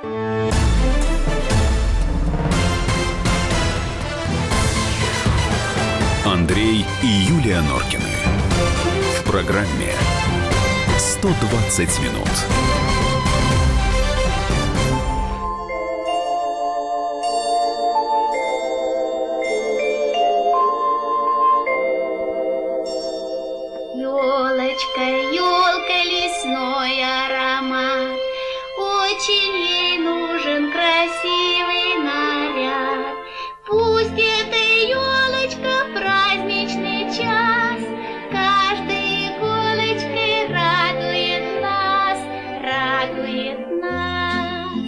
Андрей и Юлия Норкины. В программе «120 минут». Ёлочка, ёлка, лесной аромат, очень ей нужен красивый наряд. Пусть эта ёлочка в праздничный час каждой иголочкой радует нас, радует нас.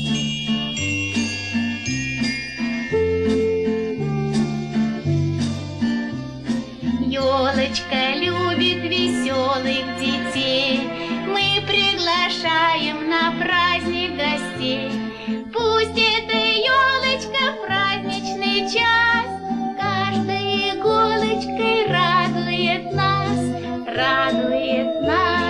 Ёлочка любит веселых детей, мы приглашаем на праздник гостей. Пусть эта ёлочка в праздничный час каждой иголочкой радует нас, радует нас.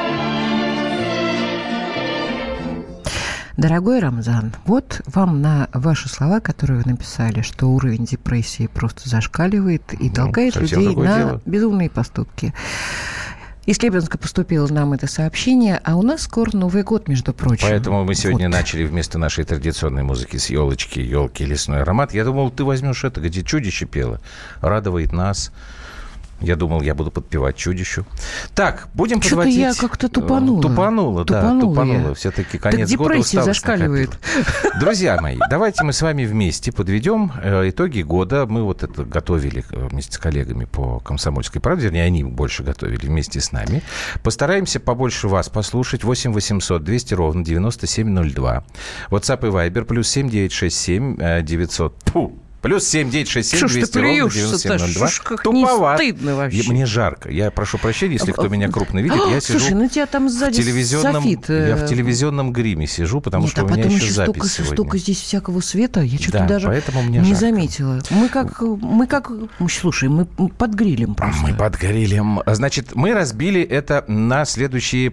Дорогой Рамзан, вот вам на ваши слова, которые вы написали, что уровень депрессии просто зашкаливает и толкает людей на безумные поступки. Из Слебинска поступило нам это сообщение, а у нас скоро Новый год, между прочим. Поэтому мы сегодня начали вместо нашей традиционной музыки с елочки, елки, лесной аромат. Я думал, ты возьмешь это, где чудище пело, радует нас. Я думал, я буду подпевать чудищу. Так, будем что-то подводить... я как-то тупанула. Тупанула. Все-таки конец так года, усталость зашкаливает. накопила. Друзья мои, давайте мы с вами вместе подведем итоги года. Мы вот это готовили вместе с коллегами по «Комсомольской правде». Вернее, они больше готовили вместе с нами. Постараемся побольше вас послушать. 8 800 200 ровно 9702. WhatsApp и Viber +7 967 900... Плюс 7967 200 ровно 9702. Туповат. Не стыдно вообще. Мне жарко. Я прошу прощения, если кто меня крупно видит. Я сижу. Слушай, ну тебя там сзади софит. Я в телевизионном гриме сижу, потому что у меня еще запись сегодня. Столько здесь всякого света, я что-то даже не заметила. Слушай, мы под грилем просто. Мы под грилем. Значит, мы разбили это на следующие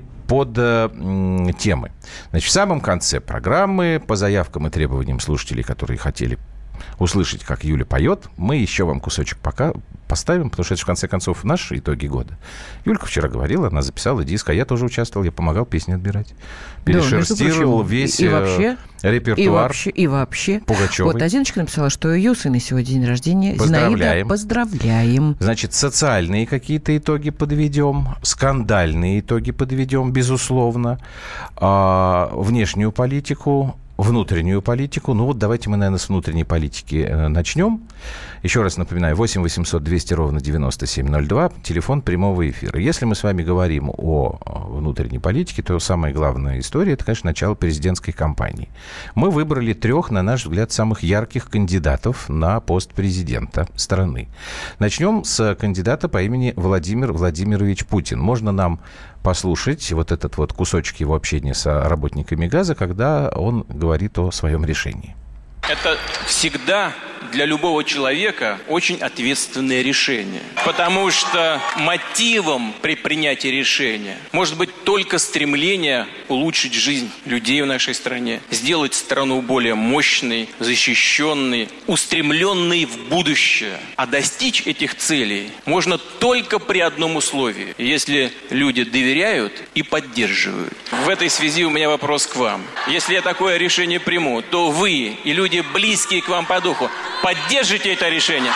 темы. Значит, в самом конце программы, по заявкам и требованиям слушателей, которые хотели услышать, как Юля поет, мы еще вам кусочек пока поставим, потому что это, в конце концов, наши итоги года. Юлька вчера говорила, она записала диск, а я тоже участвовал, я помогал песни отбирать. Перешерстировал весь репертуар и вообще. Пугачевой. Вот Азиночка написала, что ее сына сегодня день рождения. Зинаида, поздравляем. Значит, социальные какие-то итоги подведем, скандальные итоги подведем, безусловно, внешнюю политику, внутреннюю политику. Ну вот давайте мы, наверное, с внутренней политики начнем. Еще раз напоминаю, 8 800 200 ровно 9702, телефон прямого эфира. Если мы с вами говорим о внутренней политике, то самая главная история – это, конечно, начало президентской кампании. Мы выбрали 3, на наш взгляд, самых ярких кандидатов на пост президента страны. Начнем с кандидата по имени Владимир Владимирович Путин. Можно нам послушать вот этот вот кусочек его общения с работниками ГАЗа, когда он говорит о своем решении. Это всегда для любого человека очень ответственное решение. Потому что мотивом при принятии решения может быть только стремление улучшить жизнь людей в нашей стране, сделать страну более мощной, защищенной, устремленной в будущее. А достичь этих целей можно только при одном условии, если люди доверяют и поддерживают. В этой связи у меня вопрос к вам. Если я такое решение приму, то вы и люди, близкие к вам по духу, поддержите это решение.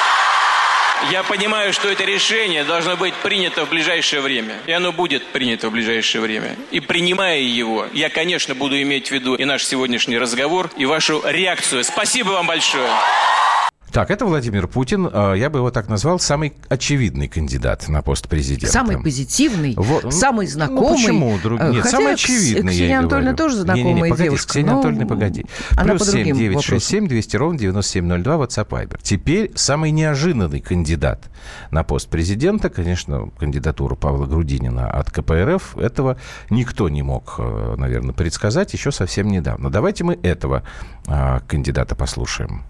Я понимаю, что это решение должно быть принято в ближайшее время. И оно будет принято в ближайшее время. И принимая его, я, конечно, буду иметь в виду и наш сегодняшний разговор, и вашу реакцию. Спасибо вам большое. Так, это Владимир Путин. Я бы его так назвал, самый очевидный кандидат на пост президента. Самый позитивный, самый знакомый. Почему? Нет, хотя самый очевидный, Ксения Анатольевна тоже знакомая девушка. Ксения Анатольевна, погоди. Плюс 7 967 200 ровно 9702, WhatsApp Viber. Теперь самый неожиданный кандидат на пост президента, конечно, кандидатура Павла Грудинина от КПРФ. Этого никто не мог, наверное, предсказать еще совсем недавно. Давайте мы этого кандидата послушаем.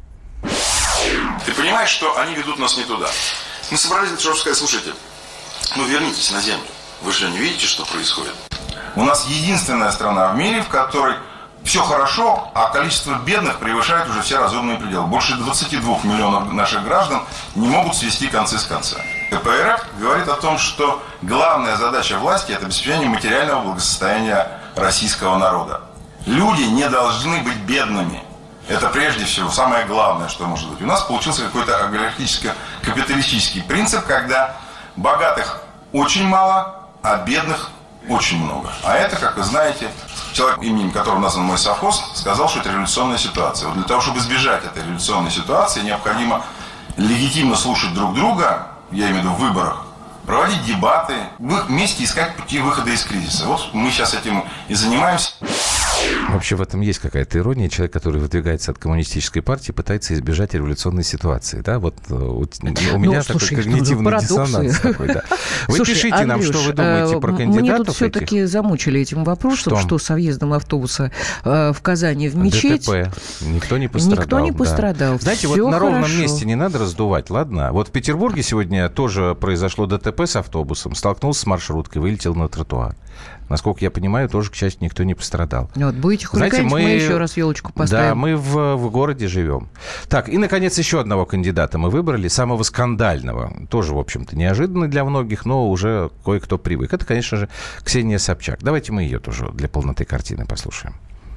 Ты понимаешь, что они ведут нас не туда? Мы собрались для того, чтобы сказать: слушайте, ну вернитесь на землю. Вы же не видите, что происходит? У нас единственная страна в мире, в которой все хорошо, а количество бедных превышает уже все разумные пределы. Больше 22 миллионов наших граждан не могут свести концы с концами. КПРФ говорит о том, что главная задача власти – это обеспечение материального благосостояния российского народа. Люди не должны быть бедными. Это прежде всего самое главное, что может быть. У нас получился какой-то олигархическо-капиталистический принцип, когда богатых очень мало, а бедных очень много. А это, как вы знаете, человек, именем которого назван мой совхоз, сказал, что это революционная ситуация. Вот для того, чтобы избежать этой революционной ситуации, необходимо легитимно слушать друг друга, я имею в виду в выборах, проводить дебаты, вместе искать пути выхода из кризиса. Вот мы сейчас этим и занимаемся. Вообще в этом есть какая-то ирония. Человек, который выдвигается от коммунистической партии, пытается избежать революционной ситуации. Да? Вот у меня такой когнитивный диссонанс такой. Да. Вы пишите, Андрюш, нам, что вы думаете про кандидатов. Мне тут все-таки замучили этим вопросом, что со въездом автобуса в Казани в мечеть. ДТП. Никто не пострадал. Никто не пострадал. Да. Знаете, вот на ровном месте не надо раздувать, ладно? Вот в Петербурге сегодня тоже произошло ДТП с автобусом. Столкнулся с маршруткой, вылетел на тротуар. Насколько я понимаю, тоже, к счастью, никто не пострадал. Вот, будете хулиганить, мы еще раз елочку поставим. Да, мы в городе живем. Так, и, наконец, еще одного кандидата мы выбрали, самого скандального. Тоже, в общем-то, неожиданно для многих, но уже кое-кто привык. Это, конечно же, Ксения Собчак. Давайте мы ее тоже для полноты картины послушаем.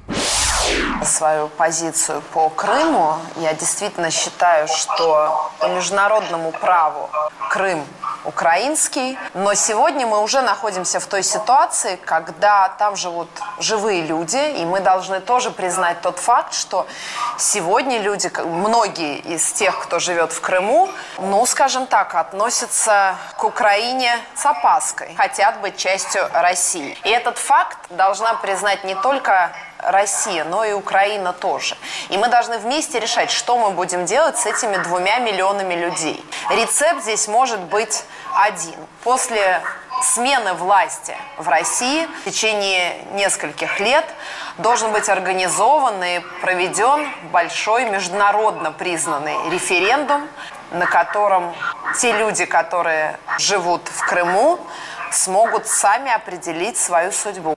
Свою позицию по Крыму. Я действительно считаю, что по международному праву Крым украинский, но сегодня мы уже находимся в той ситуации, когда там живут живые люди, и мы должны тоже признать тот факт, что сегодня люди, многие из тех, кто живет в Крыму, ну, скажем так, относятся к Украине с опаской, хотят быть частью России. И этот факт должна признать не только Россия, но и Украина тоже. И мы должны вместе решать, что мы будем делать с этими 2 миллионами людей. Рецепт здесь может быть один. После смены власти в России в течение нескольких лет должен быть организован и проведен большой международно признанный референдум, на котором те люди, которые живут в Крыму, смогут сами определить свою судьбу.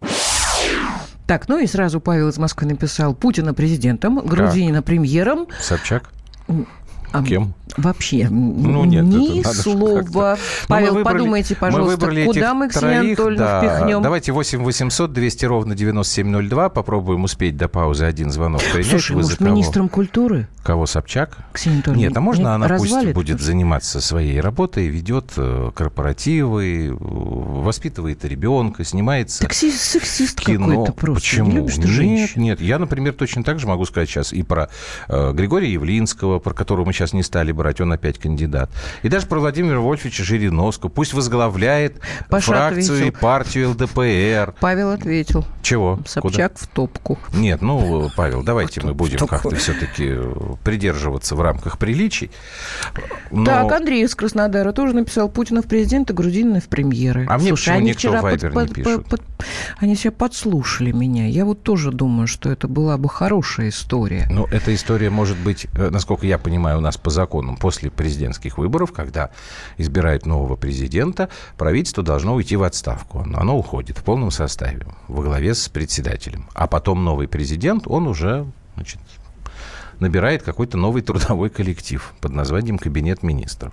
Так, ну и сразу Павел из Москвы написал: Путина президентом, Грудинина премьером. Собчак? Кем? Вообще нет, ни слова. Павел, подумайте, пожалуйста, куда мы Ксению Анатольевну впихнем? Давайте 8 800 200 ровно 9702. Попробуем успеть до паузы один звонок принять. Слушай, может, министром культуры? Кого, Собчак? Ксения Анатольевна. Нет, а можно она развалит? Пусть будет заниматься своей работой, ведет корпоративы, воспитывает ребенка, снимается так сексист кино. Какой-то просто. Почему? Не любишь ты женщин? Нет. Я, например, точно так же могу сказать сейчас и про Григория Явлинского, про которого мы сейчас не стали брать, он опять кандидат. И даже про Владимира Вольфовича Жириновского. Пусть возглавляет фракцию и партию ЛДПР. Павел ответил. Чего? Собчак куда? В топку. Нет, Павел, давайте мы будем как-то все-таки придерживаться в рамках приличий. Так, Андрей из Краснодара тоже написал: Путина в президенты, Грудинина в премьеры. А мне почему никто в Вайбер не пишет? Они себя подслушали меня. Я вот тоже думаю, что это была бы хорошая история. Ну, эта история может быть, насколько я понимаю, у нас по закону после президентских выборов, когда избирают нового президента, правительство должно уйти в отставку. Оно уходит в полном составе, во главе с председателем. А потом новый президент, он уже, набирает какой-то новый трудовой коллектив под названием Кабинет министров.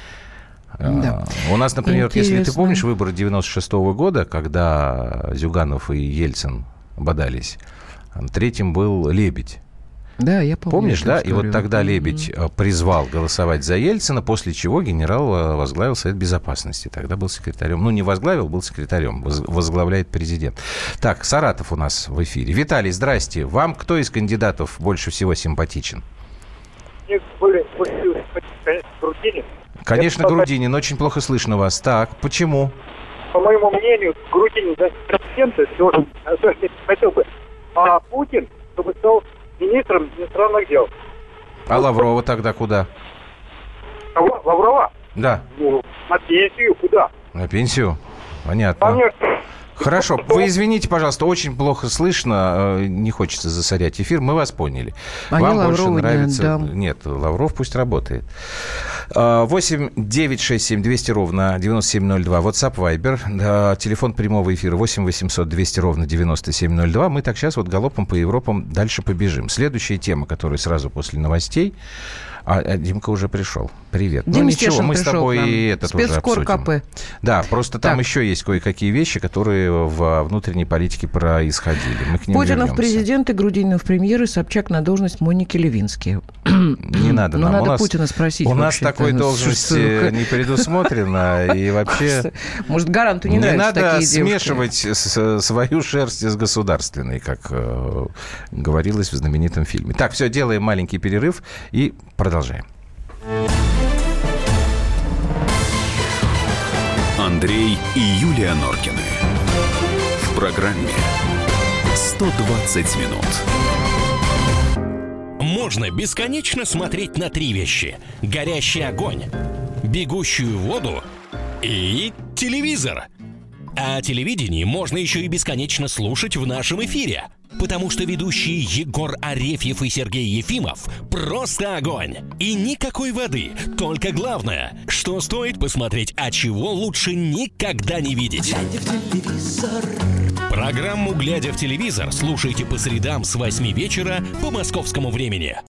Да. У нас, например, интересно. Если ты помнишь выборы 96-го года, когда Зюганов и Ельцин бодались, третьим был Лебедь. Да, я помню. Помнишь, да? Историю. И вот тогда Лебедь призвал голосовать за Ельцина, после чего генерал возглавил Совет Безопасности. Тогда был секретарем. Не возглавил, был секретарем. Возглавляет президент. Так, Саратов у нас в эфире. Виталий, здрасте. Вам кто из кандидатов больше всего симпатичен? Мне более симпатичен, Грудинин. Конечно, Грудинин. Очень плохо слышно вас. Так, почему? По моему мнению, Грудинин за президента должен, хотел бы, а Путин, чтобы стал министром иностранных дел. А Лаврова тогда куда? Кого? Лаврова? Да. На пенсию куда? На пенсию? Понятно. Хорошо. Вы извините, пожалуйста, очень плохо слышно. Не хочется засорять эфир. Мы вас поняли. А вам я больше Лаврова нравится... не отдам. Нет, Лавров пусть работает. 8 967 200 ровно 9702. WhatsApp, Viber. Телефон прямого эфира 8 800 200 ровно 9702. Мы так сейчас вот галопом по Европам дальше побежим. Следующая тема, которая сразу после новостей. Димка уже пришел. Привет. Дима, ну ничего, мы с тобой и этот уже обсудим. КП. Да, просто там еще есть кое-какие вещи, которые в внутренней политике происходили. Мы к ним Путинов вернемся. президенты, Грудининов премьеры, Собчак на должность Моники Левински. Не надо нам. Надо Путина спросить. У нас такой должности не предусмотрено. И вообще... Может, Гаранту не нравятся такие девушки. Не надо смешивать свою шерсть с государственной, как говорилось в знаменитом фильме. Так, все, делаем маленький перерыв и продолжаем. Андрей и Юлия Норкины. В программе «120 минут». Можно бесконечно смотреть на три вещи: горящий огонь, бегущую воду и телевизор. А о телевидении можно еще и бесконечно слушать в нашем эфире. Потому что ведущие Егор Арефьев и Сергей Ефимов просто огонь. И никакой воды. Только главное, что стоит посмотреть, а чего лучше никогда не видеть. Глядя в телевизор. Программу «Глядя в телевизор» слушайте по средам с 8 вечера по московскому времени.